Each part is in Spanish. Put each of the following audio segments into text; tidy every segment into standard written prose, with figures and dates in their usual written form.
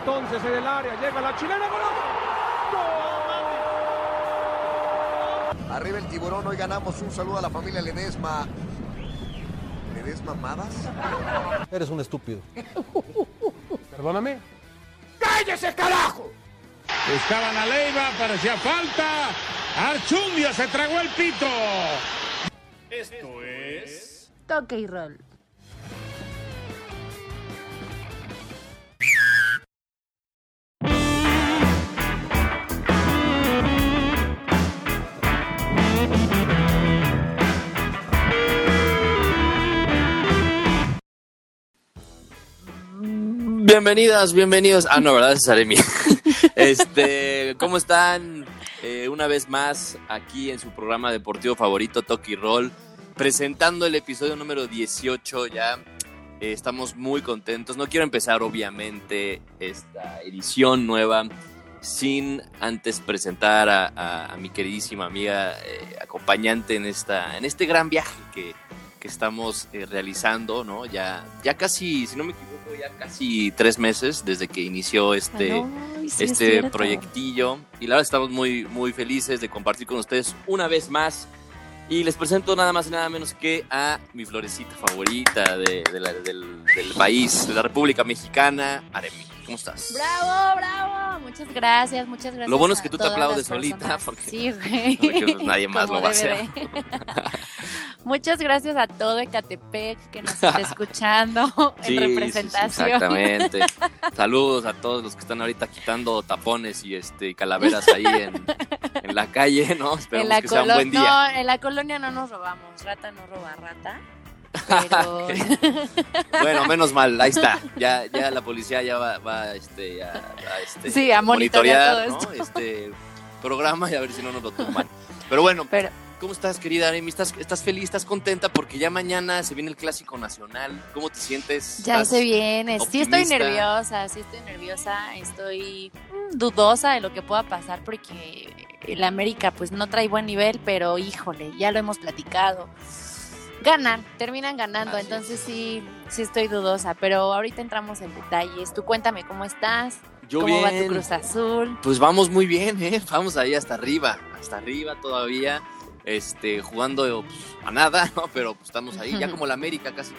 entonces en el área, llega la chilena, ¡gol! Arriba el Tiburón, hoy ganamos. Un saludo a la familia Ledesma. ¿Ledesma Madas? Eres un estúpido. Perdóname. ¡Cállese, carajo! Buscaban a Leiva, parecía falta. Archundia se tragó el pito. Esto es Toque y Roll. Bienvenidos. Ah, no, ¿verdad? Ese es Aremi. ¿Cómo están? Una vez más aquí en su programa deportivo favorito, Toque y Roll, presentando el episodio número 18 ya. Estamos muy contentos. No quiero empezar, obviamente, esta edición nueva sin antes presentar a mi queridísima amiga acompañante en este gran viaje que estamos realizando, ¿no? Ya casi, si no me equivoco, ya casi 3 meses desde que inició este proyectillo. Y la verdad estamos muy, muy felices de compartir con ustedes una vez más. Y les presento nada más y nada menos que a mi florecita favorita del país, de la República Mexicana, Aremi. ¿Cómo estás? ¡Bravo! Muchas gracias. Lo bueno es que tú te aplaudes solita porque, sí, güey. porque nadie más lo va a hacer. Muchas gracias a todo Ecatepec que nos está escuchando en representación. Sí, exactamente. Saludos a todos los que están ahorita quitando tapones y calaveras ahí en la calle, ¿no? Esperemos que sea un buen día. No, en la colonia no nos robamos. Rata no roba rata. Pero... Bueno, menos mal, ahí está. Ya la policía ya va a monitorear todo ¿no? Este programa y a ver si no nos lo toman. Pero bueno, ¿cómo estás, querida Aremi? ¿Estás feliz? ¿Estás contenta? Porque ya mañana se viene el Clásico Nacional. ¿Cómo te sientes? Ya se viene. ¿Optimista? Sí estoy nerviosa. Estoy dudosa de lo que pueda pasar porque el América pues no trae buen nivel, pero híjole, ya lo hemos platicado. Terminan ganando, Así entonces sí estoy dudosa, pero ahorita entramos en detalles. Tú cuéntame cómo estás, cómo va tu Cruz Azul. Pues vamos muy bien, vamos ahí hasta arriba todavía, jugando pues, a nada, ¿no? Pero pues, estamos ahí, ya como la América casi,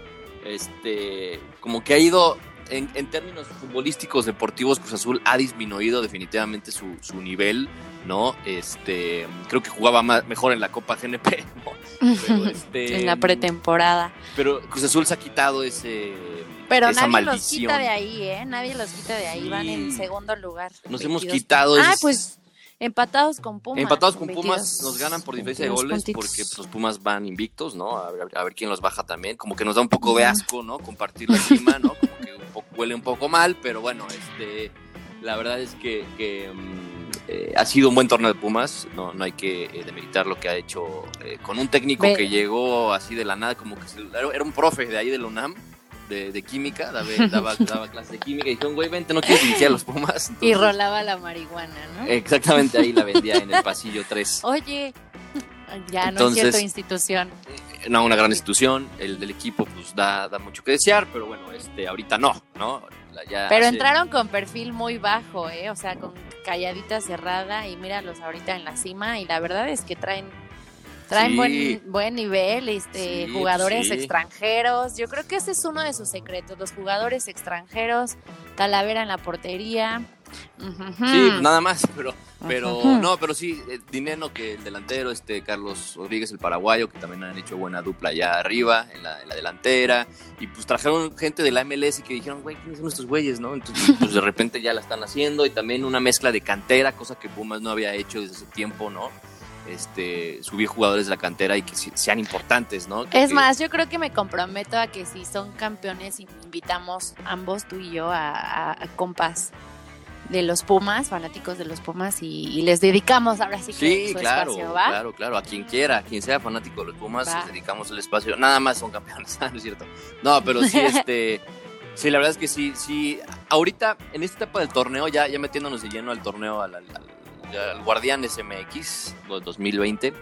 como que ha ido, en términos futbolísticos, deportivos, Cruz Azul ha disminuido definitivamente su nivel, ¿no? Creo que jugaba mejor en la Copa GNP, ¿no? Pero, en la pretemporada. Pero Cruz Azul se ha quitado esa nadie maldición. los quita de ahí, Nadie los quita de ahí, van en segundo lugar. Nos hemos quitado. Pues empatados con Pumas. Nos ganan por diferencia de goles puntitos. porque pues, los Pumas van invictos, ¿no? A ver quién los baja también. Como que nos da un poco de asco, ¿no? Compartir la cima, ¿no? Como que huele un poco mal, pero bueno, la verdad es que ha sido un buen torneo de Pumas, no hay que demeritar lo que ha hecho con un técnico que llegó así de la nada, como que era un profe de ahí de la UNAM, de química, daba clases de química y dijeron, güey, vente, ¿no quieres dirigir a los Pumas? Entonces, y rolaba la marihuana, ¿no? Exactamente, ahí la vendía en el pasillo 3. Oye, ya no es cierto, institución. No, una gran institución, el del equipo pues da mucho que desear, pero bueno, ahorita no. Pero entraron con perfil muy bajo, o sea, con calladita cerrada y míralos ahorita en la cima y la verdad es que traen buen nivel, jugadores extranjeros. Yo creo que ese es uno de sus secretos, los jugadores extranjeros, Talavera en la portería. Sí, nada más, pero no, pero sí, Dineno, que el delantero, Carlos Rodríguez, el paraguayo, que también han hecho buena dupla allá arriba, en la delantera, y pues trajeron gente de la MLS que dijeron, güey, ¿quiénes son estos güeyes, no? Entonces, pues de repente ya la están haciendo, y también una mezcla de cantera, cosa que Pumas no había hecho desde hace tiempo, ¿no? Subir jugadores de la cantera y que sean importantes, ¿no? Más, yo creo que me comprometo a que si son campeones invitamos ambos, tú y yo, a compas de los Pumas, fanáticos de los Pumas, y les dedicamos ahora sí que su espacio, ¿va? Claro, a quien quiera, a quien sea fanático de los Pumas, les dedicamos el espacio. Nada más son campeones, no es cierto. No, pero sí, sí, la verdad es que sí, ahorita, en esta etapa del torneo, ya metiéndonos de lleno al torneo, al Guardianes MX 2020,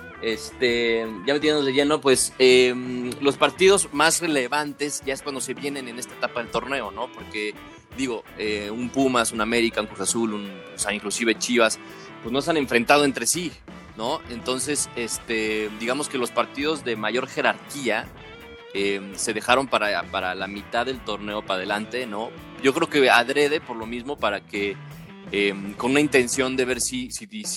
ya metiéndonos de lleno, pues los partidos más relevantes ya es cuando se vienen en esta etapa del torneo, ¿no? Porque digo, un Pumas, un América, un Cruz Azul, o sea, inclusive Chivas, pues no se han enfrentado entre sí, ¿no? Entonces, digamos que los partidos de mayor jerarquía se dejaron para la mitad del torneo para adelante, ¿no? Yo creo que adrede por lo mismo para que con una intención de ver si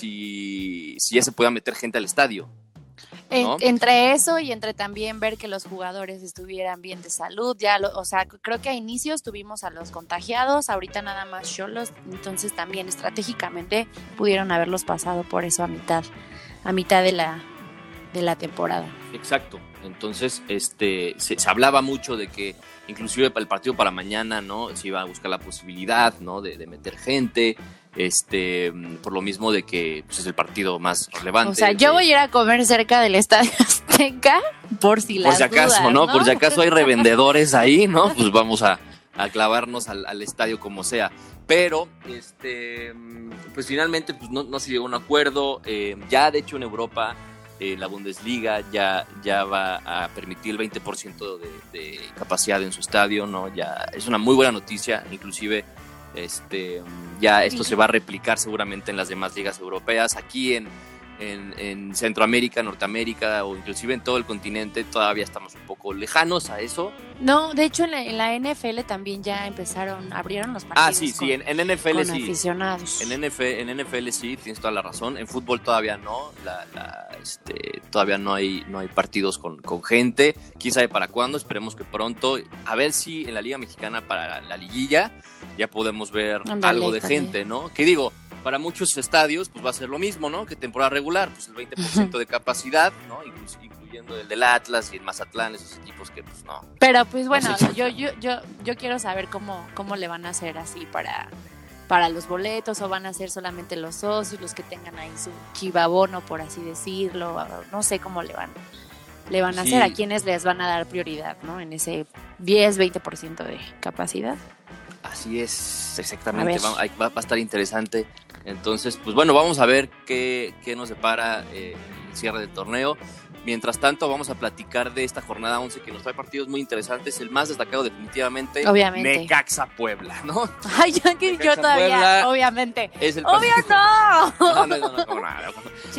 ya se pueda meter gente al estadio, ¿no? Entre eso y entre también ver que los jugadores estuvieran bien de salud, o sea, creo que a inicios tuvimos a los contagiados, ahorita nada más Xolos, entonces también estratégicamente pudieron haberlos pasado por eso a mitad de la temporada. Exacto. Entonces, se hablaba mucho de que inclusive para el partido para mañana, ¿no? Se iba a buscar la posibilidad, ¿no? De meter gente, por lo mismo de que pues, es el partido más relevante. O sea, yo voy a ir a comer cerca del Estadio Azteca por si acaso, dudas, ¿no? Por si acaso hay revendedores ahí, ¿no? Pues vamos a clavarnos al estadio como sea. Pero, pues finalmente pues no se llegó a un acuerdo. Ya, de hecho, en Europa, la Bundesliga ya va a permitir el 20% de capacidad en su estadio, ¿no? Ya es una muy buena noticia, inclusive ya esto se va a replicar seguramente en las demás ligas europeas. Aquí en Centroamérica, Norteamérica o inclusive en todo el continente todavía estamos un poco lejanos a eso. No, de hecho en la NFL también ya abrieron los partidos. Sí, en NFL con sí. Aficionados. En NFL sí, tienes toda la razón. En fútbol todavía no, todavía no hay partidos con gente. Quién sabe para cuándo, esperemos que pronto. A ver si en la Liga Mexicana para la liguilla ya podemos ver algo de gente, ¿no? Que digo, para muchos estadios pues va a ser lo mismo, ¿no? Que temporada regular, pues el 20% de capacidad, ¿no? Incluyendo el del Atlas y el Mazatlán, esos equipos que pues no. Pero pues bueno, no sé. yo quiero saber cómo le van a hacer así para los boletos, o van a ser solamente los socios, los que tengan ahí su chivabono, por así decirlo. No sé cómo le van a hacer, a quienes les van a dar prioridad, ¿no? En ese 10-20% de capacidad. Así es, exactamente, va a estar interesante. Entonces, pues bueno, vamos a ver qué nos depara el cierre del torneo. Mientras tanto, vamos a platicar de esta jornada 11 que nos trae partidos muy interesantes. El más destacado definitivamente, obviamente, Necaxa Puebla, ¿no? Ay, yo todavía, Puebla, obviamente. Es el ¡Obvio no! No, como nada.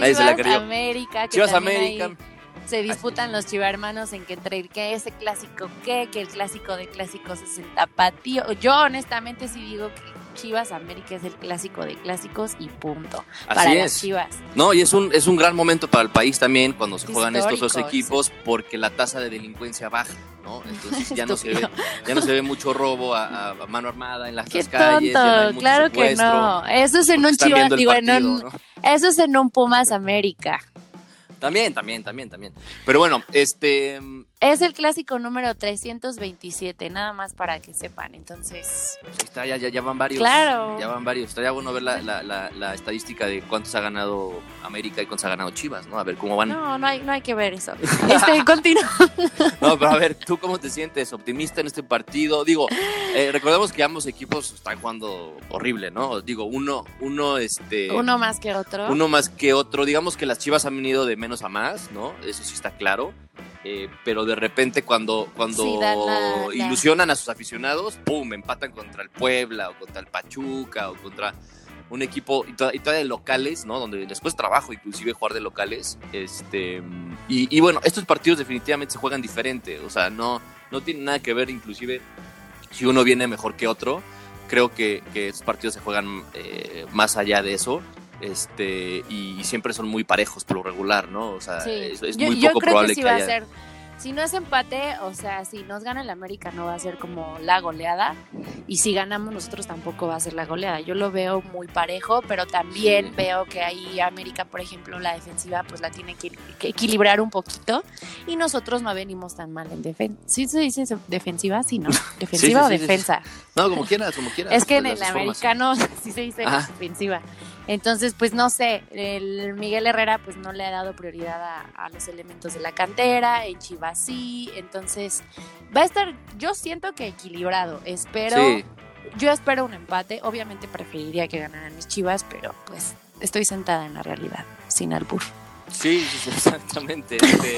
Chivas América, se disputan los chivermanos en que entre que ese clásico que el clásico de clásicos es el tapatío. Yo honestamente sí digo que Chivas América es el clásico de clásicos y punto. Así para es. Las Chivas. No, y es un gran momento para el país también cuando se juegan estos dos equipos, sí. Porque la tasa de delincuencia baja, ¿no? Entonces ya no se ve mucho robo a mano armada en las calles. Tonto, ya no hay mucho claro secuestro, que no. Eso es en un Chivas, digo, ¿no? Eso es en un Pumas América. También. Pero bueno, es el clásico número 327, nada más para que sepan, entonces... Está, ya van varios. Claro. Ya van varios. Estaría bueno ver la estadística de cuántos ha ganado América y cuántos ha ganado Chivas, ¿no? A ver cómo van. No hay que ver eso. Continúa. No, pero a ver, ¿tú cómo te sientes? ¿Optimista en este partido? Digo, recordemos que ambos equipos están jugando horrible, ¿no? Digo, uno más que otro. Uno más que otro. Digamos que las Chivas han venido de menos a más, ¿no? Eso sí está claro. Pero de repente cuando sí, ilusionan a sus aficionados, ¡pum!, empatan contra el Puebla o contra el Pachuca o contra un equipo y todavía de locales, ¿no? Donde les cuesta trabajo inclusive jugar de locales. Y bueno, estos partidos definitivamente se juegan diferente. O sea, no tiene nada que ver inclusive si uno viene mejor que otro. Creo que estos partidos se juegan más allá de eso. Y siempre son muy parejos por lo regular, ¿no? O sea, sí. es muy poco probable que haya... Ser, si no es empate, o sea, si nos gana el América no va a ser como la goleada, y si ganamos nosotros tampoco va a ser la goleada. Yo lo veo muy parejo, pero también veo que ahí América, por ejemplo, la defensiva pues la tiene que equilibrar un poquito, y nosotros no venimos tan mal en defensa. ¿Sí se dice defensiva? Sí, ¿no? ¿Defensiva o defensa? Sí. No, como quieras. Es que en el americano sí se dice defensiva. Entonces, pues no sé, el Miguel Herrera pues no le ha dado prioridad a los elementos de la cantera, en Chivas sí, entonces va a estar, yo siento que equilibrado, yo espero un empate, obviamente preferiría que ganaran mis Chivas, pero pues estoy sentada en la realidad, sin albur. Sí, exactamente.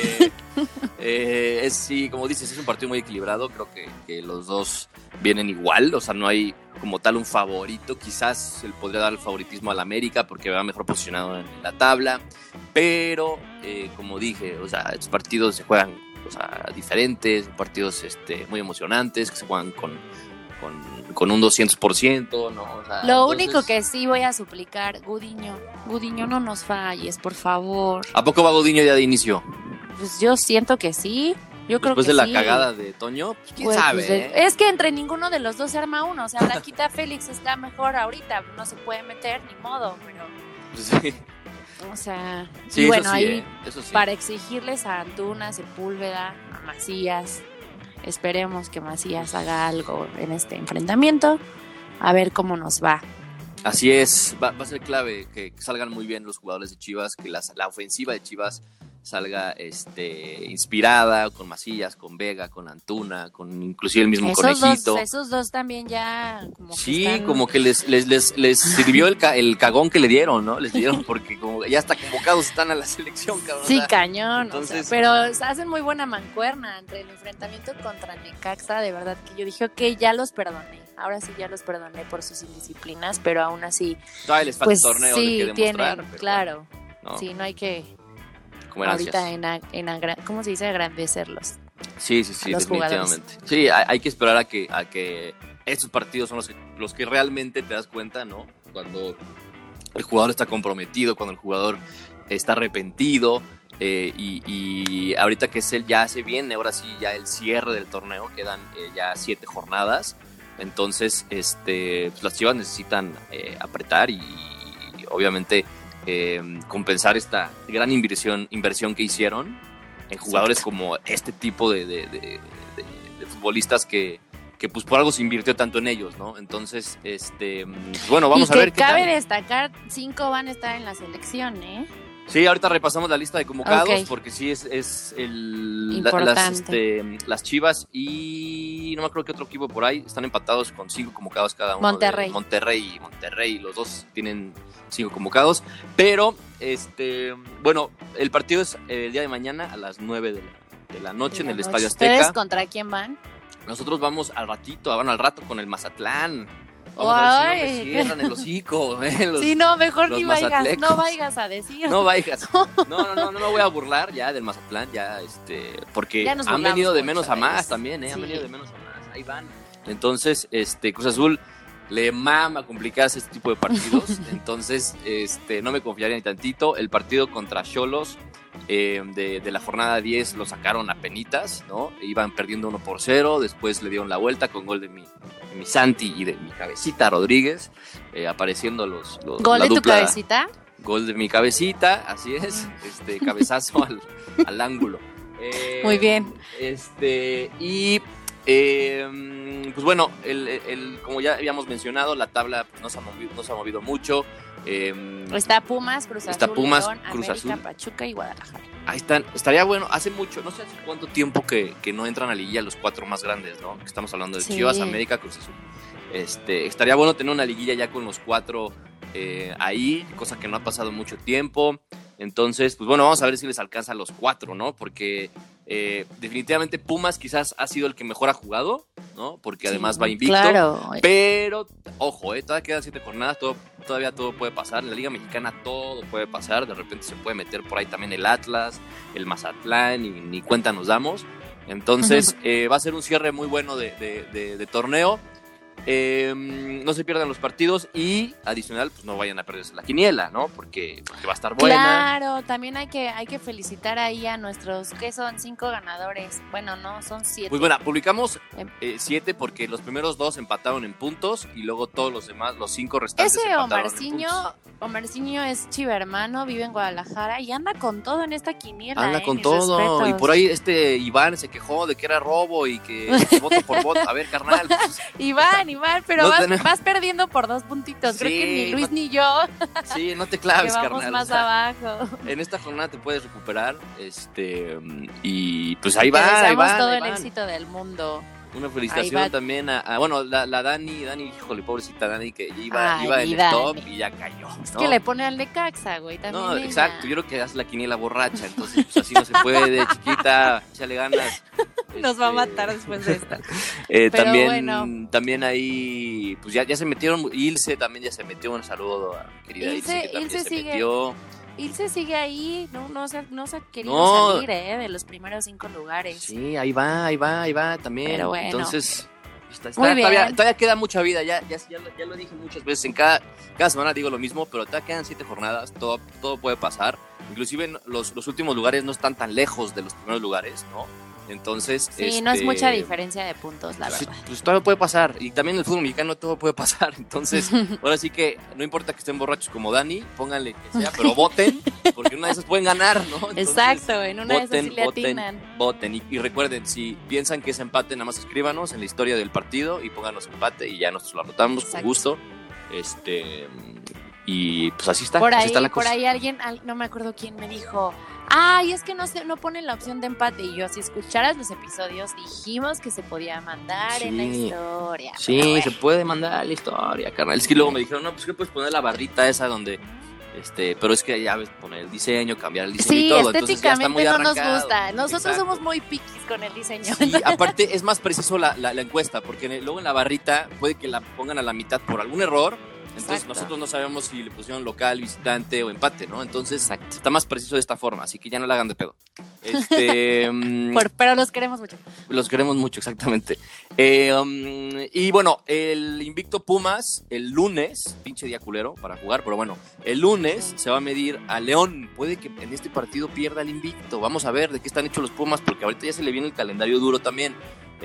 Sí, como dices, es un partido muy equilibrado. Creo que los dos vienen igual. O sea, no hay como tal un favorito. Quizás se le podría dar el favoritismo al América porque va mejor posicionado en la tabla. Pero, como dije, o sea, estos partidos se juegan, o sea, diferentes, partidos muy emocionantes, que se juegan con un 200%, ¿no? O sea, lo único que sí voy a suplicar, Gudiño, no nos falles, por favor. ¿A poco va Gudiño ya de inicio? Pues yo siento que sí. Yo creo Después que de la sí. Cagada de Toño, pues quién Pues, sabe. Pues, es que entre ninguno de los dos se arma uno. O sea, Blanquita Félix está mejor ahorita. No se puede meter, ni modo, pero... Sí. O sea... Sí, y bueno, eso sí, ahí eso sí. para exigirles a Antuna, Sepúlveda, a Macías... Esperemos que Macías haga algo en este enfrentamiento. A ver cómo nos va. Así es, va a ser clave que salgan muy bien los jugadores de Chivas, que la ofensiva de Chivas salga inspirada, con Macías, con Vega, con Antuna, con inclusive el mismo Conejito. Esos dos también ya como sí, que están... como que les sirvió el cagón que le dieron, ¿no? Les dieron porque como ya hasta convocados están a la selección, cabrón. Sí, o sea, cañón. entonces... O sea, pero hacen muy buena mancuerna entre el enfrentamiento contra Necaxa. De verdad que yo dije, ok, ya los perdoné. Ahora sí ya los perdoné por sus indisciplinas, pero aún así... Todavía les falta pues, torneo sí, de que demostrar. Tienen, claro. No. Sí, no hay que... Como ahorita ¿cómo se dice? Agrandecerlos. Sí, definitivamente. Sí, hay que esperar a que estos partidos son los que realmente te das cuenta, ¿no? Cuando el jugador está comprometido, cuando el jugador está arrepentido, y ahorita que ya se viene, ahora sí, ya el cierre del torneo, quedan ya 7 jornadas, entonces pues las Chivas necesitan apretar y obviamente compensar esta gran inversión que hicieron en jugadores como este tipo de futbolistas que pues por algo se invirtió tanto en ellos, ¿no? Entonces, bueno, vamos a ver qué tal. Cabe destacar, 5 van a estar en la selección, ¿eh? Sí, ahorita repasamos la lista de convocados, okay. Porque sí es importante. las Chivas y no me acuerdo qué otro equipo por ahí están empatados con 5 convocados cada uno. Monterrey, los dos tienen 5 convocados, pero bueno, el partido es el día de mañana a las 9 de la noche en el Estadio Azteca. ¿Ustedes contra quién van? Nosotros vamos al rato con el Mazatlán. Vamos a ver si no me cierran el hocico. Sí, no, mejor ni vayas. No vayas a decir. No vayas. No me voy a burlar ya del Mazatlán, ya porque ya han venido de menos a más también, han venido de menos a más. Ahí van. Entonces, Cruz Azul le mama complicarse este tipo de partidos. Entonces, no me confiaría ni tantito. El partido contra Xolos de la jornada 10 lo sacaron a penitas, ¿no? Iban perdiendo 1-0, después le dieron la vuelta con gol de mi Santi y de mi Cabecita Rodríguez, apareciendo los ¿Gol de tu Cabecita? Gol de mi Cabecita, así es, cabezazo al ángulo. Muy bien. Y pues bueno, como ya habíamos mencionado, la tabla no se ha movido mucho. Está Pumas, Cruz Azul, León, Cruz América, Azul, Pachuca y Guadalajara. Ahí están, estaría bueno, hace mucho, no sé hace cuánto tiempo que no entran a liguilla los 4 más grandes, ¿no? Que estamos hablando de Chivas, América, Cruz Azul. Estaría bueno tener una liguilla ya con los 4 ahí, cosa que no ha pasado mucho tiempo. Entonces, pues bueno, vamos a ver si les alcanza a los 4, ¿no? Porque definitivamente Pumas quizás ha sido el que mejor ha jugado, ¿no? Porque además va invicto. Claro. Pero, ojo, todavía quedan 7 jornadas, todavía todo puede pasar. En la Liga Mexicana todo puede pasar. De repente se puede meter por ahí también el Atlas, el Mazatlán, y ni cuenta nos damos. Entonces, va a ser un cierre muy bueno de torneo. No se pierdan los partidos y adicional, pues no vayan a perderse la quiniela, ¿no? Porque va a estar buena. Claro, también hay que felicitar ahí a nuestros, que son 5 ganadores. Bueno, no, son 7. Pues bueno, publicamos 7 porque los primeros 2 empataron en puntos y luego todos los demás, los 5 restantes empataron en puntos. Omarciño es chivermano, vive en Guadalajara y anda con todo en esta quiniela. Anda con todo. Respetos. Y por ahí Iván se quejó de que era robo y que voto por voto. A ver, carnal. Iván, pero vas perdiendo por 2 puntitos. Creo que ni Luis ni yo. Sí, no te claves, que vamos carnal. Más abajo. En esta jornada te puedes recuperar. Y pues ahí va. Te deseamos todo el éxito del mundo. Una felicitación también a bueno, la Dani, híjole, pobrecita Dani, que iba en el top y ya cayó, ¿no? Es que le pone al Necaxa, güey, también. No, ella. exacto, yo creo que hace la quiniela borracha, entonces pues así no se puede, chiquita, échale ganas. Nos va a matar después de esta. También ahí, pues ya se metieron, Ilse también ya se metió, un saludo a mi querida Ilse, que también se metió. Ilse sigue ahí, no se ha querido salir de los primeros 5 lugares. Sí, ahí va también. Pero bueno. Entonces, todavía queda mucha vida, ya lo dije muchas veces, en cada semana digo lo mismo, pero todavía quedan 7 jornadas, todo puede pasar. Inclusive los últimos lugares no están tan lejos de los primeros lugares, ¿no? Entonces, sí, no es mucha diferencia de puntos, la verdad. Pues todo puede pasar, y también en el fútbol mexicano todo puede pasar, entonces, ahora sí que no importa que estén borrachos como Dani, pónganle que sea, pero voten, porque en una de esas pueden ganar, ¿no? Entonces, exacto, en una de esas sí le atinan. Voten, y recuerden, si piensan que es empate, nada más escríbanos en la historia del partido y pónganos empate y ya nosotros lo anotamos con gusto, y pues así está. Por cosa. Ahí alguien, no me acuerdo quién me dijo, y es que no ponen la opción de empate. Y yo, si escucharas los episodios, dijimos que se podía mandar en la historia. Sí, se puede mandar la historia, carnal. Es que luego me dijeron, no, pues que puedes poner la barrita esa donde... pero es que ya ves, poner el diseño, cambiar el diseño y todo. Estéticamente no nos gusta. Nosotros somos muy piquis con el diseño. Sí, aparte es más preciso la encuesta, porque luego en la barrita puede que la pongan a la mitad por algún error. Entonces nosotros no sabemos si le pusieron local, visitante o empate, ¿no? Entonces está más preciso de esta forma, así que ya no la hagan de pedo. Pero los queremos mucho. Los queremos mucho, exactamente. Y bueno, el invicto Pumas, el lunes, pinche día culero para jugar, pero bueno, el lunes se va a medir a León. Puede que en este partido pierda el invicto. Vamos a ver de qué están hechos los Pumas, porque ahorita ya se le viene el calendario duro también.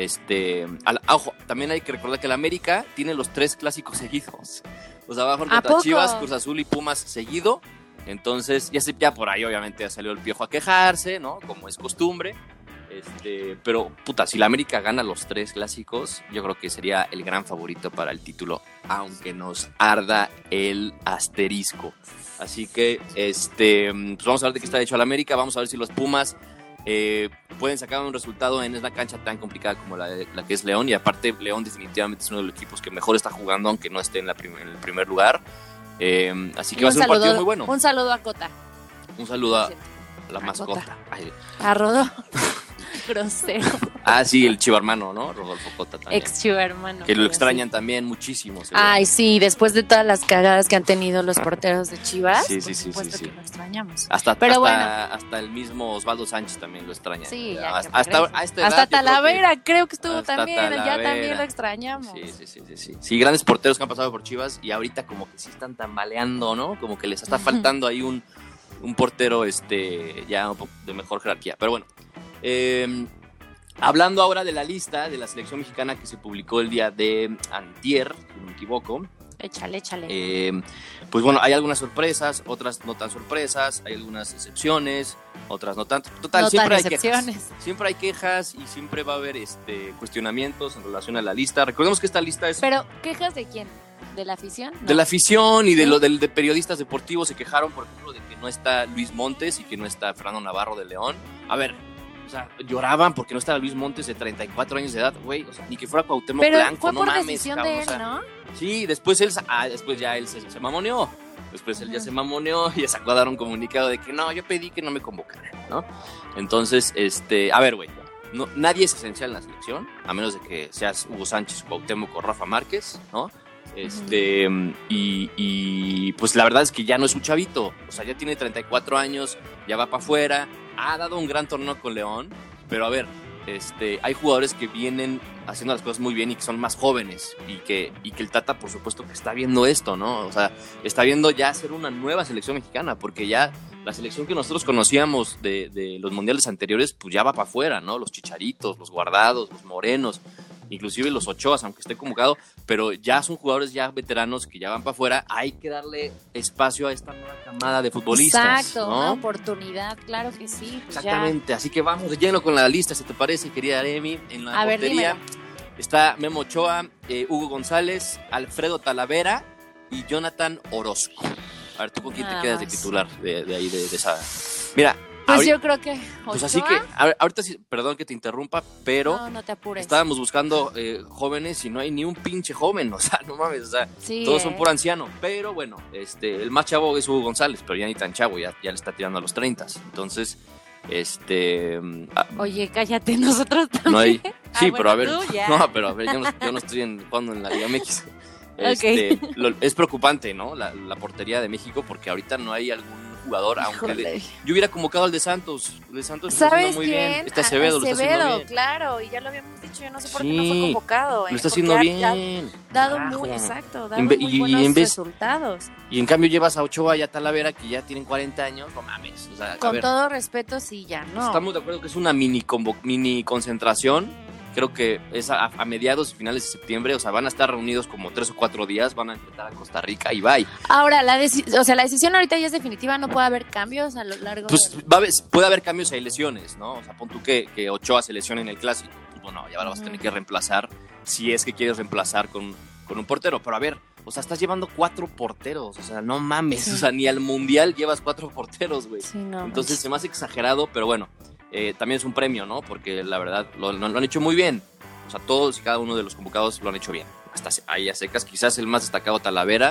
Ojo, también hay que recordar que el América tiene los 3 clásicos seguidos. O sea, va a jugar contra Chivas, Cruz Azul y Pumas seguido. Entonces, ya por ahí obviamente ya salió el Piojo a quejarse, ¿no? Como es costumbre. Pero, puta, si la América gana los 3 clásicos, yo creo que sería el gran favorito para el título, aunque nos arda el asterisco. Así que, pues vamos a ver de qué está hecho el América. Vamos a ver si los Pumas pueden sacar un resultado en una cancha tan complicada como la que es León, y aparte León definitivamente es uno de los equipos que mejor está jugando, aunque no esté en el primer lugar, así que va a ser un partido muy bueno. Un saludo a Cota. Un saludo a la mascota. A Rodolfo. Grosero. Sí, el chivarmano, ¿no? Rodolfo Cota también. Ex chivarmano. Que lo extrañan también muchísimo. Sí, después de todas las cagadas que han tenido los porteros de Chivas. Sí. Que lo extrañamos. Hasta el mismo Osvaldo Sánchez también lo extraña. Sí, ya. Hasta Talavera creo que estuvo también. Ya también lo extrañamos. Sí. Sí, grandes porteros que han pasado por Chivas y ahorita como que sí están tambaleando, ¿no? Como que les está faltando ahí un portero ya un poco de mejor jerarquía. Pero bueno. Hablando ahora de la lista de la selección mexicana que se publicó el día de antier, si no me equivoco. Échale. Pues bueno, hay algunas sorpresas, otras no tan sorpresas, hay algunas excepciones, otras no tanto. Total, no siempre tan hay excepciones. Quejas. Siempre hay quejas y siempre va a haber cuestionamientos en relación a la lista. Recordemos que esta lista es... Pero, ¿quejas de quién? ¿De la afición? No. De la afición y de periodistas deportivos se quejaron, por ejemplo, de que no está Luis Montes y que no está Fernando Navarro de León. A ver, o sea, lloraban porque no estaba Luis Montes de 34 años de edad, güey, o sea, ni que fuera Cuauhtémoc Blanco, no mames. Pero fue por decisión de él, ¿no? Sí, después ya él se mamoneó. Después él ya se mamoneó y sacó a dar un comunicado de que no, yo pedí que no me convocaran, ¿no? Entonces, a ver, güey, nadie es esencial en la selección, a menos de que seas Hugo Sánchez, Cuauhtémoc o Rafa Márquez, ¿no? Y pues la verdad es que ya no es un chavito, o sea, ya tiene 34 años, ya va para afuera, ha dado un gran torneo con León, pero a ver, hay jugadores que vienen haciendo las cosas muy bien y que son más jóvenes y que el Tata, por supuesto, que está viendo esto, ¿no? O sea, está viendo ya hacer una nueva selección mexicana, porque ya la selección que nosotros conocíamos de los mundiales anteriores, pues ya va para afuera, ¿no? Los Chicharitos, los Guardados, los Morenos, inclusive los Ochoas, aunque esté convocado, pero ya son jugadores ya veteranos que ya van para afuera. Hay que darle espacio a esta nueva camada de futbolistas. Exacto, ¿no? Una oportunidad, claro que sí. Pues exactamente, así que vamos de lleno con la lista, si te parece, querida Aremi. En la portería está Memo Ochoa, Hugo González, Alfredo Talavera y Jonathan Orozco. A ver, ¿tú con quién te quedas de titular de ahí, de esa? Mira, Pues yo creo que pues así que, ahorita sí, perdón que te interrumpa, pero no te apures. Estábamos buscando jóvenes y no hay ni un pinche joven, o sea, no mames, o sea, sí, todos son por anciano, pero bueno, el más chavo es Hugo González, pero ya ni tan chavo, ya le está tirando a los 30, entonces, Oye, cállate, nosotros también. No hay, sí, bueno, pero a ver, tú, yo no estoy jugando en la Liga MX. Okay. Es preocupante, ¿no? La portería de México, porque ahorita no hay algún jugador, aunque yo hubiera convocado al de Santos. El de Santos está haciendo muy bien. Acevedo lo está haciendo bien. Claro, y ya lo habíamos dicho, yo no sé por qué no fue convocado. Lo está haciendo bien. Ha dado muy buenos resultados. Y en cambio llevas a Ochoa y a Talavera, que ya tienen 40 años, no mames. O sea, con todo respeto, sí, ya no. Estamos de acuerdo que es una mini concentración. Creo que es a mediados y finales de septiembre, o sea, van a estar reunidos como 3 o 4 días, van a enfrentar a Costa Rica y bye. Ahora, la decisión ahorita ya es definitiva, no puede haber cambios a lo largo puede haber cambios y lesiones, ¿no? O sea, pon tú que Ochoa se lesione en el Clásico, pues bueno, ya lo vas a tener que reemplazar, si es que quieres reemplazar con un portero, pero a ver, o sea, estás llevando 4 porteros, o sea, no mames, sí. O sea, ni al Mundial llevas 4 porteros, güey. Sí, no, entonces se me hace exagerado, pero bueno. También es un premio, ¿no? Porque la verdad lo han hecho muy bien. O sea, todos y cada uno de los convocados lo han hecho bien. Hasta ahí a secas, quizás el más destacado Talavera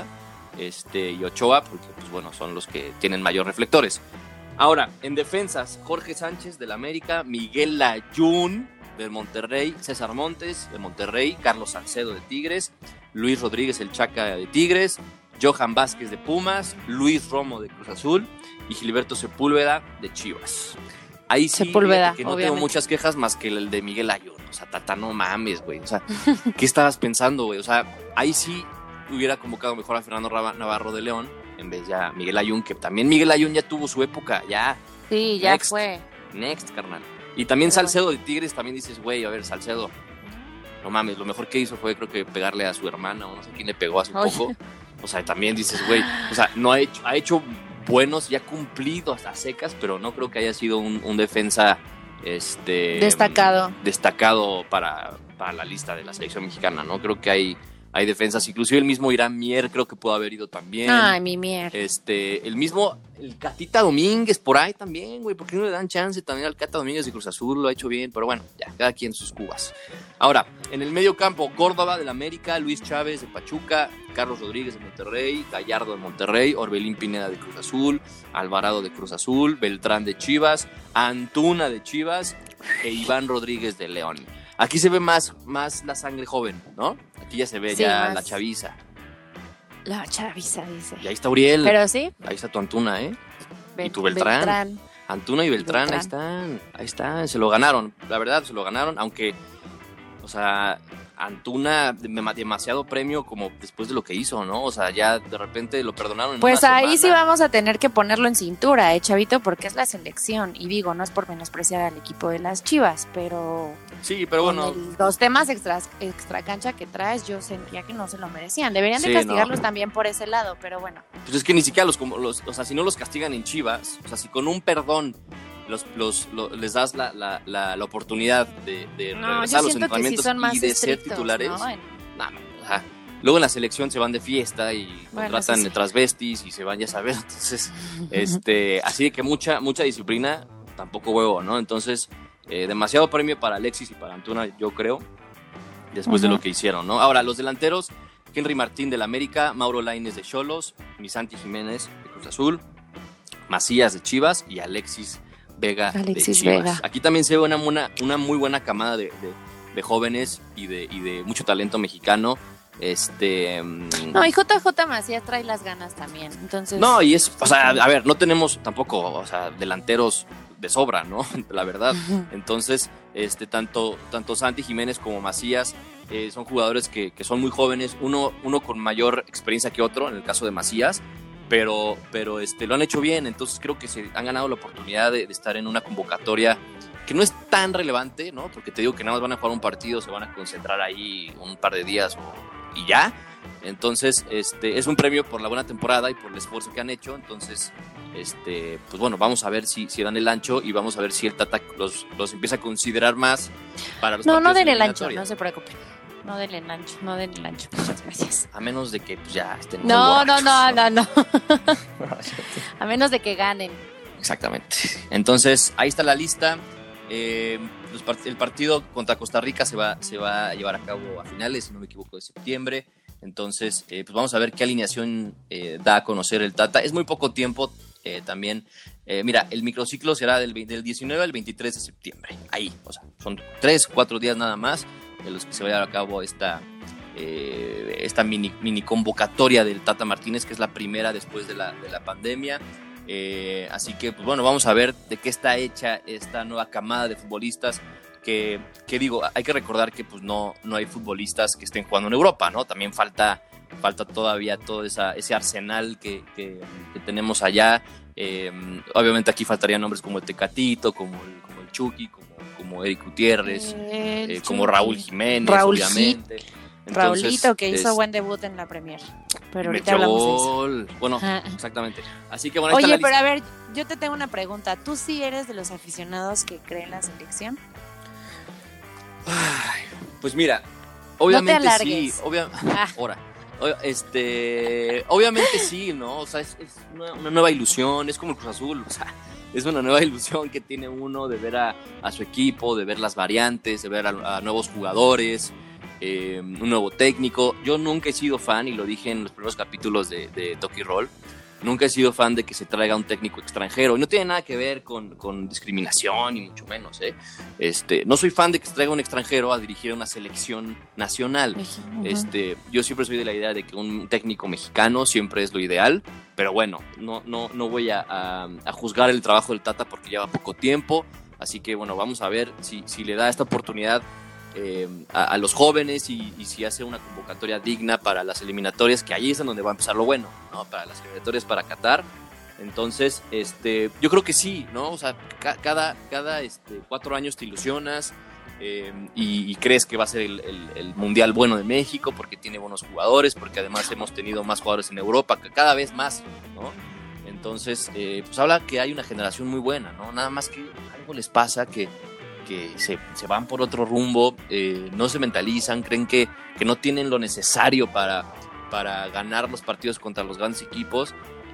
y Ochoa, porque pues bueno, son los que tienen mayor reflectores. Ahora, en defensas, Jorge Sánchez del América, Miguel Layún del Monterrey, César Montes del Monterrey, Carlos Salcedo de Tigres, Luis Rodríguez el Chaca de Tigres, Johan Vázquez de Pumas, Luis Romo de Cruz Azul y Gilberto Sepúlveda de Chivas. Ahí sí, Sepúlveda, que no obviamente. tengo muchas quejas más que el de Miguel Layún. O sea, Tata, no mames, güey. O sea, ¿qué estabas pensando, güey? O sea, ahí sí hubiera convocado mejor a Fernando Navarro de León en vez ya Miguel Layún, que también Miguel Layún ya tuvo su época, ya. Sí, ya fue. Next, carnal. Y también Salcedo de Tigres, también dices, güey, a ver, Salcedo, no mames, lo mejor que hizo fue creo que pegarle a su hermana o no sé quién le pegó hace poco. O sea, también dices, güey, o sea, no ha hecho buenos, ya cumplido hasta secas, pero no creo que haya sido un defensa destacado para la lista de la selección mexicana, ¿no? Creo que hay defensas, inclusive el mismo Irán Mier creo que pudo haber ido también. Ay, mi Mier. El Catita Domínguez por ahí también, güey, ¿por qué no le dan chance también al Cata Domínguez de Cruz Azul? Lo ha hecho bien, pero bueno, ya, cada quien sus cubas. Ahora, en el medio campo, Córdoba del América, Luis Chávez de Pachuca, Carlos Rodríguez de Monterrey, Gallardo de Monterrey, Orbelín Pineda de Cruz Azul, Alvarado de Cruz Azul, Beltrán de Chivas, Antuna de Chivas e Iván Rodríguez de León. Aquí se ve más la sangre joven, ¿no? Aquí ya se ve ya más la chaviza. La chaviza, dice. Y ahí está Uriel. Pero sí. Ahí está tu Antuna, ¿eh? Y tu Beltrán. Antuna y Beltrán, ahí están. Se lo ganaron, la verdad, se lo ganaron, aunque, o sea, Antuna, demasiado premio como después de lo que hizo, ¿no? O sea, ya de repente lo perdonaron en pues una ahí semana. Sí vamos a tener que ponerlo en cintura, chavito, porque es la selección. Y digo, no es por menospreciar al equipo de las Chivas, pero... Sí, pero bueno... Los temas extra cancha que traes, yo sentía que no se lo merecían. Deberían de castigarlos también por ese lado, pero bueno. Pues es que ni siquiera o sea, si no los castigan en Chivas, o sea, si con un perdón les das la oportunidad de regresar a los entrenamientos y de ser titulares, ¿no? O sea, luego en la selección se van de fiesta y contratan transvestis y se van, ya saber, entonces así que mucha disciplina, tampoco huevo, ¿no? Entonces demasiado premio para Alexis y para Antuna, yo creo, después de lo que hicieron, ¿no? Ahora, los delanteros, Henry Martín del América, Mauro Lainez de Xolos, Santi Jiménez de Cruz Azul, Macías de Chivas y Alexis Vega de Chivas. Vega. Aquí también se ve una muy buena camada de jóvenes y de mucho talento mexicano. No, y JJ Macías trae las ganas también, entonces... No, y o sea, a ver, no tenemos tampoco, o sea, delanteros de sobra, ¿no? La verdad. Entonces, tanto Santi Jiménez como Macías son jugadores que son muy jóvenes, uno con mayor experiencia que otro, en el caso de Macías, pero lo han hecho bien, entonces creo que se han ganado la oportunidad de estar en una convocatoria que no es tan relevante, ¿no? Porque te digo que nada más van a jugar un partido, se van a concentrar ahí un par de días y ya. Entonces, es un premio por la buena temporada y por el esfuerzo que han hecho. Entonces, pues bueno, vamos a ver si dan el ancho y vamos a ver si el Tata los empieza a considerar más para los partidos. No den el ancho, no se preocupen. No den el ancho, muchas gracias. A menos de que pues, ya estén No. A menos de que ganen. Exactamente. Entonces, ahí está la lista. El partido contra Costa Rica se va a llevar a cabo a finales, si no me equivoco, de septiembre. Entonces, pues vamos a ver qué alineación da a conocer el Tata. Es muy poco tiempo también. Mira, el microciclo será del 19 al 23 de septiembre. Ahí, o sea, son 3-4 días nada más en los que se va a llevar a cabo esta mini convocatoria del Tata Martínez, que es la primera después de la pandemia. Así que, pues bueno, vamos a ver de qué está hecha esta nueva camada de futbolistas que digo, hay que recordar que pues no hay futbolistas que estén jugando en Europa, ¿no? También falta todavía todo ese arsenal que tenemos allá. Obviamente aquí faltarían nombres como el Tecatito, como el Chucky, como Eric Gutiérrez, como Raúl Jiménez, obviamente. Entonces, Raulito, que hizo buen debut en la Premier. Pero ahorita hablamos de eso. Bueno, exactamente. Así que bueno, ahí Oye, está la pero lista. a ver, yo te tengo una pregunta. ¿Tú sí eres de los aficionados que creen en la selección? Ay, pues mira, obviamente no te sí. Obviamente sí, ¿no? O sea, es una nueva ilusión, es como el Cruz Azul, o sea, es una nueva ilusión que tiene uno de ver a su equipo, de ver las variantes, de ver a nuevos jugadores, un nuevo técnico. Yo nunca he sido fan, y lo dije en los primeros capítulos de Toki Roll, nunca he sido fan de que se traiga un técnico extranjero, y no tiene nada que ver con discriminación, ni mucho menos, no soy fan de que se traiga un extranjero a dirigir una selección nacional. Uh-huh. Yo siempre soy de la idea de que un técnico mexicano siempre es lo ideal, pero bueno, no voy a juzgar el trabajo del Tata porque lleva poco tiempo, así que bueno, vamos a ver si le da esta oportunidad a los jóvenes y si hace una convocatoria digna para las eliminatorias, que allí es en donde va a empezar lo bueno, ¿no? Para las eliminatorias para Qatar. Entonces, yo creo que sí, ¿no? O sea, cada 4 años te ilusionas y crees que va a ser el mundial bueno de México porque tiene buenos jugadores, porque además hemos tenido más jugadores en Europa, cada vez más, ¿no? Entonces, pues habla que hay una generación muy buena, ¿no? Nada más que algo les pasa que se van por otro rumbo, no se mentalizan, creen que no tienen lo necesario para ganar los partidos contra los grandes equipos,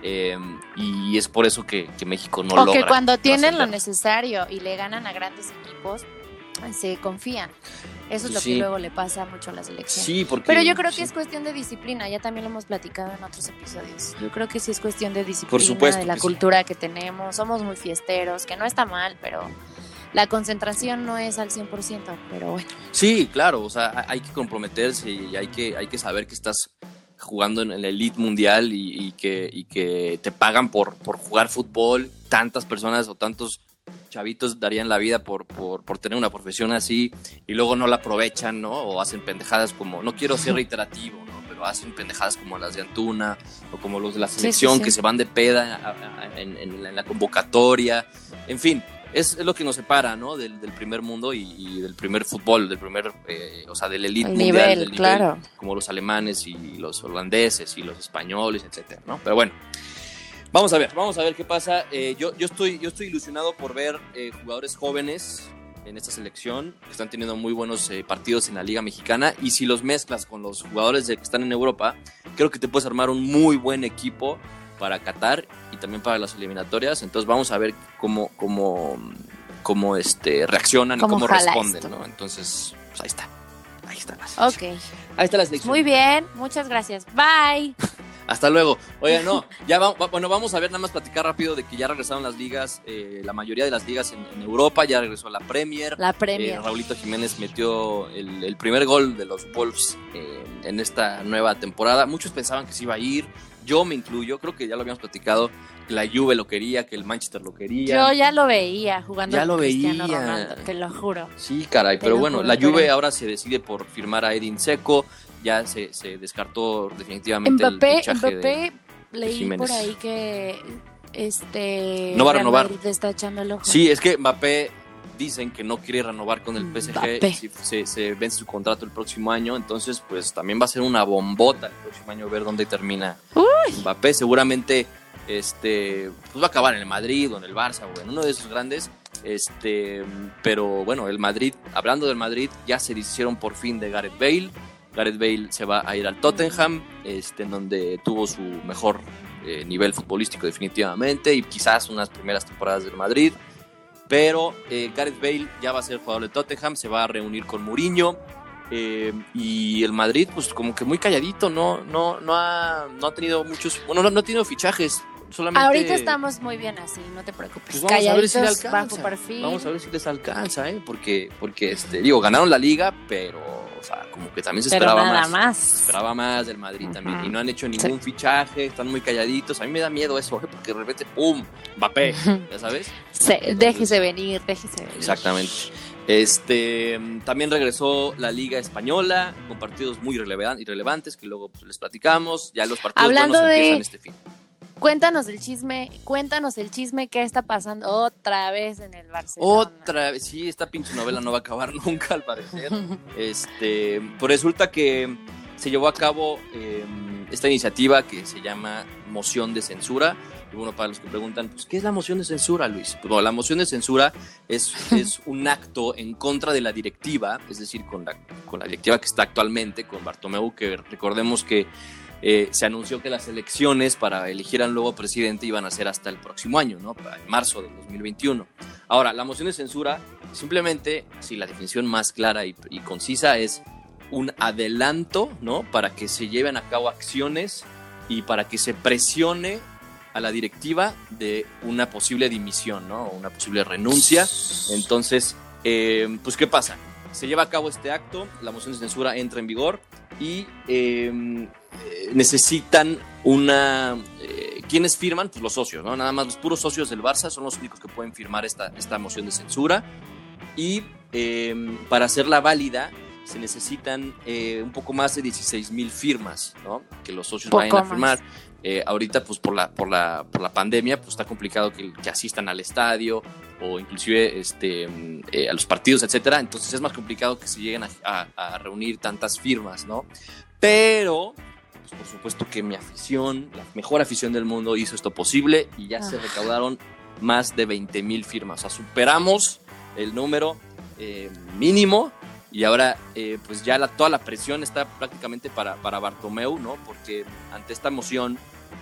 y es por eso que México no logra. O que cuando tienen lo necesario y le ganan a grandes equipos, se confían. Eso es lo que luego le pasa mucho a la selección. Sí, pero yo creo que es cuestión de disciplina, ya también lo hemos platicado en otros episodios. Yo creo que sí es cuestión de disciplina, por supuesto, de la cultura que tenemos. Somos muy fiesteros, que no está mal, pero la concentración no es al 100%, pero bueno. Sí, claro, o sea, hay que comprometerse y hay que saber que estás jugando en la elite mundial y que te pagan por jugar fútbol. Tantas personas o tantos chavitos darían la vida por tener una profesión así y luego no la aprovechan, ¿no? O hacen pendejadas como, no quiero ser reiterativo, ¿no? Pero hacen pendejadas como las de Antuna o como los de la selección, sí. Que se van de peda en la convocatoria. En fin, es lo que nos separa, ¿no? Del primer mundo y del primer fútbol, del primer, o sea, del elite mundial, del claro. Nivel, como los alemanes y los holandeses y los españoles, etcétera, ¿no? Pero bueno, vamos a ver qué pasa. Yo estoy ilusionado por ver jugadores jóvenes en esta selección que están teniendo muy buenos partidos en la Liga Mexicana, y si los mezclas con los jugadores que están en Europa, creo que te puedes armar un muy buen equipo para Qatar y también para las eliminatorias. Entonces vamos a ver cómo reaccionan y cómo responden, esto, ¿no? Entonces, pues ahí está la selección. Okay. Ahí está la selección. Muy bien, muchas gracias. Bye. Hasta luego. Oye, no, ya vamos a ver, nada más platicar rápido de que ya regresaron las ligas, la mayoría de las ligas en Europa, ya regresó la Premier. Raulito Jiménez metió el primer gol de los Wolves en esta nueva temporada. Muchos pensaban que se iba a ir, yo me incluyo, creo que ya lo habíamos platicado, que la Juve lo quería, que el Manchester lo quería. Yo ya lo veía jugando con Cristiano Ronaldo, te lo juro. Sí, caray, pero bueno, la Juve ahora se decide por firmar a Edin Dzeko. Ya se descartó definitivamente el fichaje de leí Jiménez. Por ahí que no va a renovar. Está echando el ojo. Sí, es que Mbappé dicen que no quiere renovar con el PSG, si se vence su contrato el próximo año, entonces pues también va a ser una bombota el próximo año ver dónde termina Mbappé. Seguramente pues va a acabar en el Madrid o en el Barça o en uno de esos grandes. Pero bueno, el Madrid, hablando del Madrid, ya se deshicieron por fin de Gareth Bale. Gareth Bale se va a ir al Tottenham, en donde tuvo su mejor nivel futbolístico definitivamente, y quizás unas primeras temporadas del Madrid. Pero Gareth Bale ya va a ser jugador de Tottenham, se va a reunir con Mourinho, y el Madrid pues como que muy calladito, no ha tenido muchos, bueno, no ha tenido fichajes. Solamente, ahorita estamos muy bien así, no te preocupes. Pues vamos a ver si le alcanza. Bajo perfil. Vamos a ver si les alcanza, porque ganaron la liga, pero o sea, como que también se esperaba más. Se esperaba más del Madrid también, y no han hecho ningún fichaje, están muy calladitos. A mí me da miedo eso, porque de repente ¡pum! Mbappé, ¿ya sabes? Déjese venir. Exactamente. También regresó la Liga Española con partidos muy irrelevantes que luego pues, les platicamos. Ya los partidos buenos empiezan este fin. Cuéntanos el chisme, ¿qué está pasando otra vez en el Barcelona? Otra vez, sí, esta pinche novela no va a acabar nunca al parecer. Pues resulta que se llevó a cabo esta iniciativa que se llama moción de censura. Y bueno, para los que preguntan, pues, ¿qué es la moción de censura, Luis? Pues bueno, la moción de censura es un acto en contra de la directiva, es decir, con la directiva que está actualmente, con Bartomeu, que recordemos que se anunció que las elecciones para elegir al nuevo presidente iban a ser hasta el próximo año, ¿no? En marzo del 2021. Ahora, la moción de censura, simplemente, si la definición más clara y concisa es un adelanto, ¿no? Para que se lleven a cabo acciones y para que se presione a la directiva de una posible dimisión, ¿no? Una posible renuncia. Entonces, pues, ¿qué pasa? Se lleva a cabo este acto, la moción de censura entra en vigor y necesitan ¿quiénes firman? Pues los socios, ¿no? Nada más los puros socios del Barça son los únicos que pueden firmar esta moción de censura, y para hacerla válida se necesitan un poco más de 16,000 firmas, ¿no? Que los socios vayan a firmar. Ahorita pues por la pandemia pues está complicado que asistan al estadio o inclusive a los partidos, etcétera. Entonces es más complicado que se lleguen a reunir tantas firmas, ¿no? Pero pues por supuesto que mi afición, la mejor afición del mundo, hizo esto posible y ya se recaudaron más de 20,000 firmas. O sea, superamos el número mínimo. Y ahora, pues ya toda la presión está prácticamente para Bartomeu, ¿no? Porque ante esta moción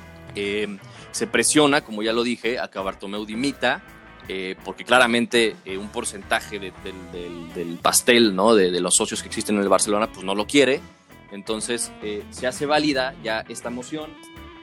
se presiona, como ya lo dije, a que Bartomeu dimita, porque claramente un porcentaje del pastel, ¿no? De los socios que existen en el Barcelona, pues no lo quiere. Entonces, se hace válida ya esta moción.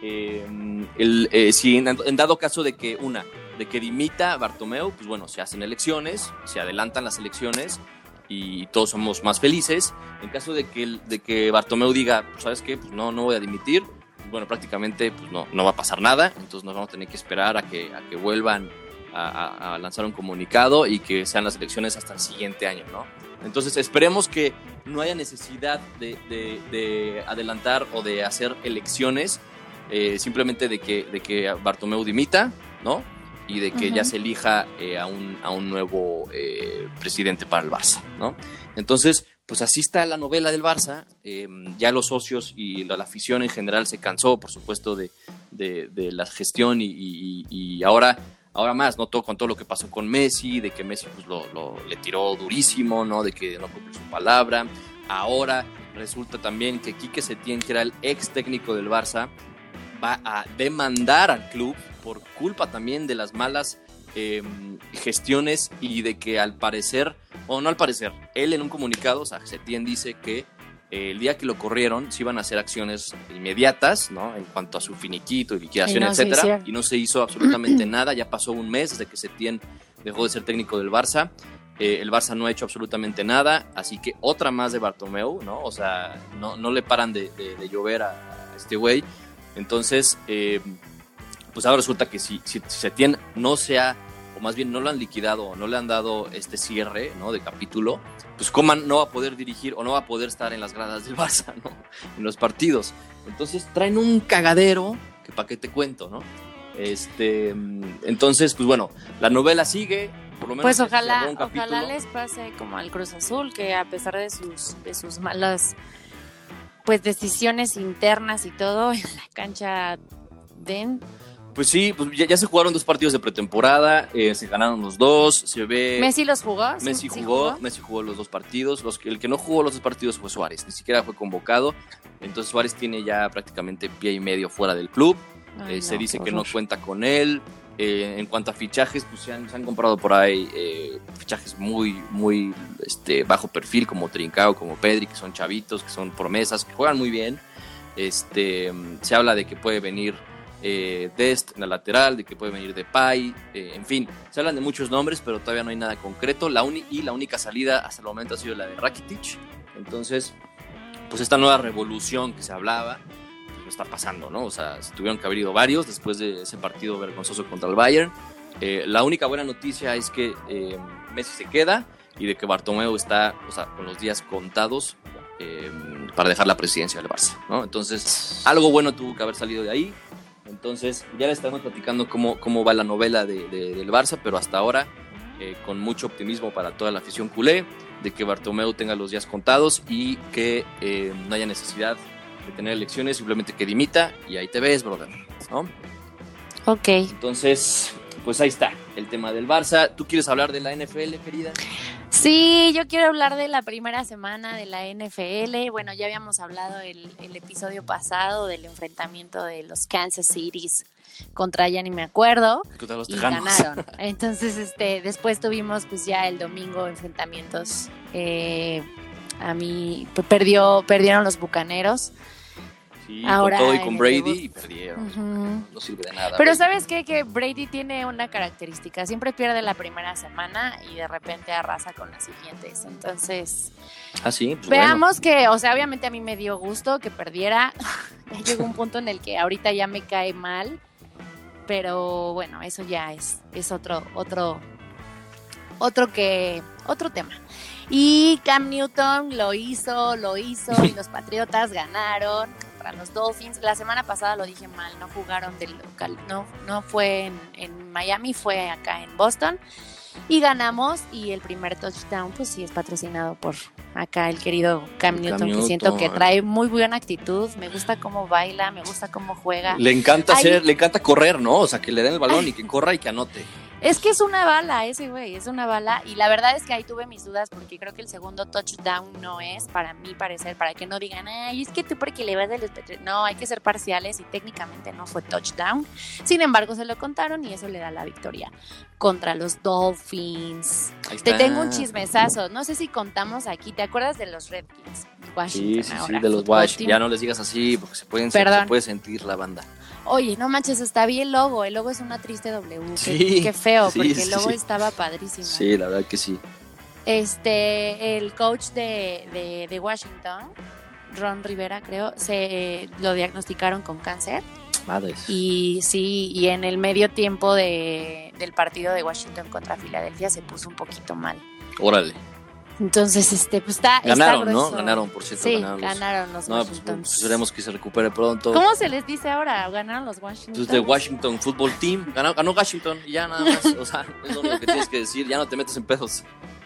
Si en dado caso de que dimita Bartomeu, pues bueno, se hacen elecciones, se adelantan las elecciones, y todos somos más felices. En caso de que Bartomeu diga, pues, ¿sabes qué? Pues no voy a dimitir, pues bueno, prácticamente pues no va a pasar nada. Entonces nos vamos a tener que esperar a que vuelvan a lanzar un comunicado y que sean las elecciones hasta el siguiente año, ¿no? Entonces esperemos que no haya necesidad de adelantar o de hacer elecciones, simplemente de que Bartomeu dimita, ¿no? Y de que ya se elija a un nuevo presidente para el Barça, ¿no? Entonces, pues así está la novela del Barça. Ya los socios y la afición en general se cansó, por supuesto, de la gestión y ahora más, ¿no? Con todo lo que pasó con Messi, de que Messi pues le tiró durísimo, ¿no? De que no cumplió su palabra. Ahora resulta también que Quique Setién, que era el ex técnico del Barça, va a demandar al club por culpa también de las malas gestiones y de que al parecer, o no al parecer, él en un comunicado, o sea, Setién dice que el día que lo corrieron se iban a hacer acciones inmediatas, ¿no? En cuanto a su finiquito y liquidación, etcétera, y no se hizo absolutamente nada. Ya pasó un mes desde que Setién dejó de ser técnico del Barça. El Barça no ha hecho absolutamente nada, así que otra más de Bartomeu, ¿no? O sea, no le paran de llover a este güey. Entonces, pues ahora resulta que si Setién no se ha, o más bien no lo han liquidado, no le han dado este cierre, ¿no? De capítulo, pues Koeman no va a poder dirigir o no va a poder estar en las gradas del Barça, ¿no? En los partidos. Entonces traen un cagadero que para qué te cuento, ¿no? Entonces, pues bueno, la novela sigue. Por lo menos pues ojalá les pase como al Cruz Azul, que a pesar de sus malas pues decisiones internas y todo en la cancha pues sí, pues ya se jugaron 2 partidos de pretemporada, se ganaron los 2, se ve... ¿Messi los jugó? Messi jugó los 2 partidos, el que no jugó los 2 partidos fue Suárez, ni siquiera fue convocado. Entonces Suárez tiene ya prácticamente pie y medio fuera del club. Se dice que no cuenta con él. En cuanto a fichajes, pues se han comprado por ahí fichajes muy, muy bajo perfil, como Trincao, como Pedri, que son chavitos, que son promesas, que juegan muy bien. Se habla de que puede venir Dest en la lateral, de que puede venir Depay, en fin, se hablan de muchos nombres, pero todavía no hay nada concreto. La única salida hasta el momento ha sido la de Rakitic. Entonces, pues esta nueva revolución que se hablaba, pues no está pasando, ¿no? O sea, se tuvieron que haber ido varios después de ese partido vergonzoso contra el Bayern. La única buena noticia es que Messi se queda y de que Bartomeu está, o sea, con los días contados para dejar la presidencia del Barça, ¿no? Entonces, algo bueno tuvo que haber salido de ahí. Entonces, ya le estamos platicando cómo va la novela del Barça, pero hasta ahora, con mucho optimismo para toda la afición culé, de que Bartomeu tenga los días contados y que no haya necesidad de tener elecciones, simplemente que dimita y ahí te ves, brother, ¿no? Ok. Entonces, pues ahí está el tema del Barça. ¿Tú quieres hablar de la NFL, querida? Sí, yo quiero hablar de la primera semana de la NFL. Bueno, ya habíamos hablado el episodio pasado del enfrentamiento de los Kansas Cities contra, ya ni me acuerdo, los y Tejanos. Ganaron. Entonces, después tuvimos pues ya el domingo enfrentamientos. Perdieron los Bucaneros. Sí, ahora con todo y con Brady debut. Y perdieron. Uh-huh. No sirve de nada. Pero Brady. ¿sabes qué? Que Brady tiene una característica. Siempre pierde la primera semana y de repente arrasa con las siguientes. Entonces, Sí, pues veamos que, o sea, obviamente a mí me dio gusto que perdiera. Ya llegó un punto en el que ahorita ya me cae mal. Pero bueno, eso ya es otro tema. Y Cam Newton lo hizo y los Patriotas ganaron contra los Dolphins. La semana pasada lo dije mal, no jugaron del local, no fue en Miami, fue acá en Boston y ganamos. Y el primer touchdown pues sí es patrocinado por acá el querido Cam Newton, que siento que trae muy buena actitud. Me gusta cómo baila, me gusta cómo juega. Le encanta le encanta correr, ¿no? O sea, que le den el balón y que corra y que anote. Es que es una bala ese güey, es una bala. Y la verdad es que ahí tuve mis dudas porque creo que el segundo touchdown no es, para mi parecer, para que no digan, ay, es que tú porque le vas de los Patriotas. No, hay que ser parciales y técnicamente no fue touchdown. Sin embargo, se lo contaron y eso le da la victoria contra los Dolphins. Te tengo un chismesazo, no sé si contamos aquí, ¿te acuerdas de los Redskins? Washington, sí, de los Washington. Ya no les digas así porque se puede sentir la banda. Oye, no manches, hasta vi el logo es una triste W, sí, qué feo, sí, porque el logo estaba padrísimo. Sí, la verdad que sí. El coach de Washington, Ron Rivera, creo, lo diagnosticaron con cáncer. Madres. Y sí, y en el medio tiempo del partido de Washington contra Filadelfia se puso un poquito mal. Órale. Entonces, pues está ganaron, grueso. ¿no? Ganaron, por cierto. Sí, ganaron los Washington. Pues esperemos que se recupere pronto. ¿Cómo se les dice ahora? ¿Ganaron los Washington? Pues de Washington Football Team. Ganó Washington y ya nada más. O sea, es lo único que tienes que decir. Ya no te metes en pedos.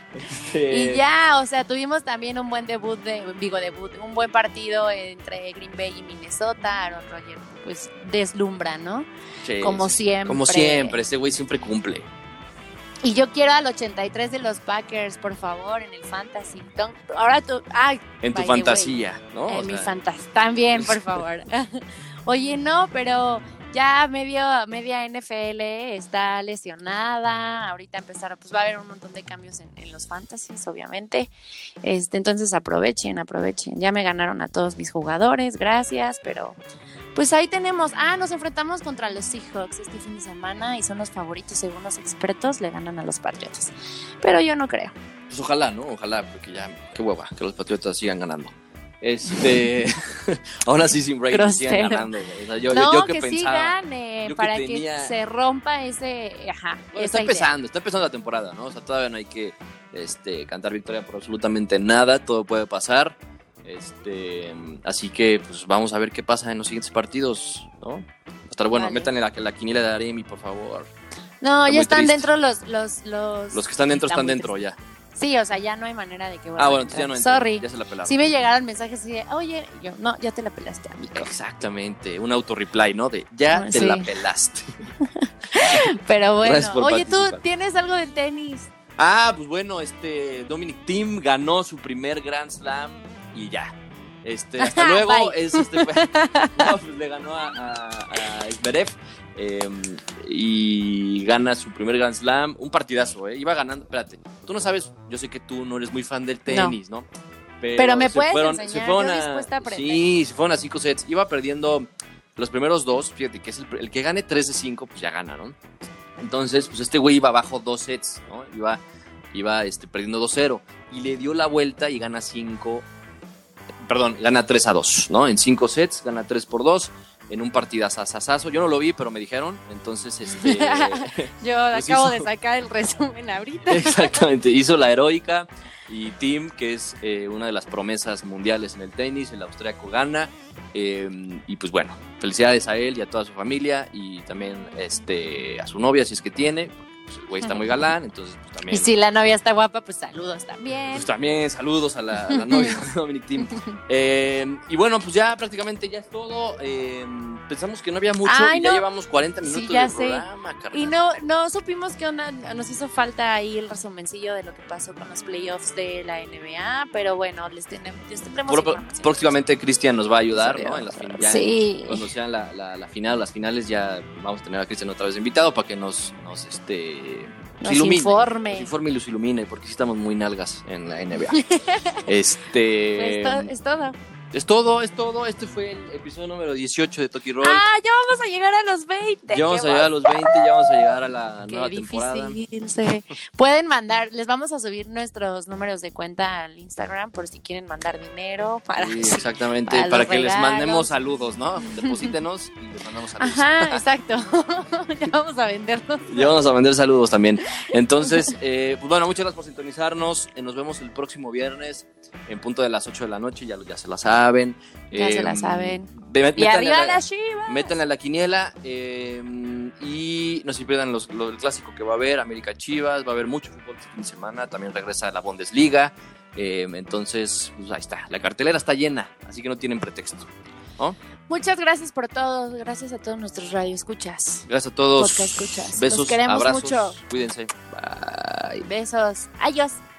Y ya, o sea, tuvimos también un buen un buen partido entre Green Bay y Minnesota. Aaron Rodgers, pues, deslumbra, ¿no? Sí, como siempre. Como siempre, este güey siempre cumple. Y yo quiero al 83 de los Packers, por favor, en el Fantasy. Ahora tú... en tu fantasía, ¿no? En mi fantasía. También, por favor. Oye, no, pero ya media NFL está lesionada. Ahorita pues va a haber un montón de cambios en los fantasies, obviamente. Entonces aprovechen. Ya me ganaron a todos mis jugadores, gracias, pero... Pues ahí tenemos, nos enfrentamos contra los Seahawks este fin de semana y son los favoritos según los expertos, le ganan a los Patriotas. Pero yo no creo. Pues ojalá, ¿no? Ojalá, porque ya, qué hueva, que los Patriotas sigan ganando. Aún así sin Brady sigan ganando. O sea, yo que pensaba, sí gane, para que se rompa ese... Bueno, está empezando la temporada, ¿no? O sea, todavía no hay que cantar victoria por absolutamente nada, todo puede pasar. Así que pues vamos a ver qué pasa en los siguientes partidos, ¿no? Va a estar bueno, vale. Métanle la quiniela de Aremi, por favor. No, ya están triste. Dentro los que están dentro están dentro ya. Sí, o sea, ya no hay manera de que vuelvan. Bueno, entonces ya no entran. Sorry. Ya se la pelaron. Sí me llegaron mensajes así de, oye, yo, no, ya te la pelaste, amigo. Exactamente, un auto-reply, ¿no? De, ya te la pelaste. Pero bueno, oye, ¿tú tienes algo de tenis? Pues bueno, Dominic Thiem ganó su primer Grand Slam y ya. Hasta luego. Pues le ganó a Zverev, y gana su primer Grand Slam, un partidazo, iba ganando, espérate, tú no sabes, yo sé que tú no eres muy fan del tenis, ¿no? Pero me puedes enseñar, yo dispuesta a aprender. Sí, se fueron a 5 sets, iba perdiendo los primeros 2, fíjate que es el que gane 3 de 5, pues ya gana, ¿no? Entonces, pues este güey iba abajo 2 sets, ¿no? Iba perdiendo 2-0 y le dio la vuelta y gana 3-2, ¿no? En 5 sets, gana 3-2 en un partidazazazo. Yo no lo vi, pero me dijeron, entonces yo acabo de sacar el resumen ahorita. Exactamente, hizo la heroica y Tim, que es una de las promesas mundiales en el tenis, el austríaco gana, y pues bueno, felicidades a él y a toda su familia y también a su novia si es que tiene. Pues el güey está muy galán, entonces pues también. Y si la novia está guapa, pues saludos también. Pues también saludos a la novia de Dominic Thiem. Y bueno, pues ya prácticamente ya es todo. Pensamos que no había mucho y ya llevamos 40 minutos de programa, carnal. Y no supimos qué onda, nos hizo falta ahí el resumencillo de lo que pasó con los playoffs de la NBA, pero bueno, les tendremos próximamente Cristian nos va a ayudar, ¿no? En las finales. Sí. Cuando sean la final, las finales, ya vamos a tener a Cristian otra vez invitado para que nos informe y los ilumine, porque sí estamos muy nalgas en la NBA. Es todo. Es todo. Este fue el episodio número 18 de Toki Roll. Ya vamos a llegar a los 20. Ya vamos a llegar a los 20, ya vamos a llegar a la nueva temporada. Pueden mandar, les vamos a subir nuestros números de cuenta al Instagram por si quieren mandar dinero para. Sí, exactamente, para que les mandemos saludos, ¿no? Deposítenos y les mandamos saludos. Ajá, exacto. Ya vamos a venderlos. Ya vamos a vender saludos también. Entonces, pues bueno, muchas gracias por sintonizarnos. Nos vemos el próximo viernes en punto de las 8 de la noche, ya se la saben. Ya se la saben. Y arriba las Chivas. Métanle a la quiniela y no se pierdan el clásico que va a haber, América Chivas, va a haber mucho fútbol este fin de semana, también regresa la Bundesliga, entonces pues ahí está, la cartelera está llena, así que no tienen pretexto, ¿no? Muchas gracias por todo, gracias a todos nuestros radioescuchas. Gracias a todos. Podcast escuchas. Besos, los queremos abrazos, mucho. Cuídense. Bye. Besos. Adiós.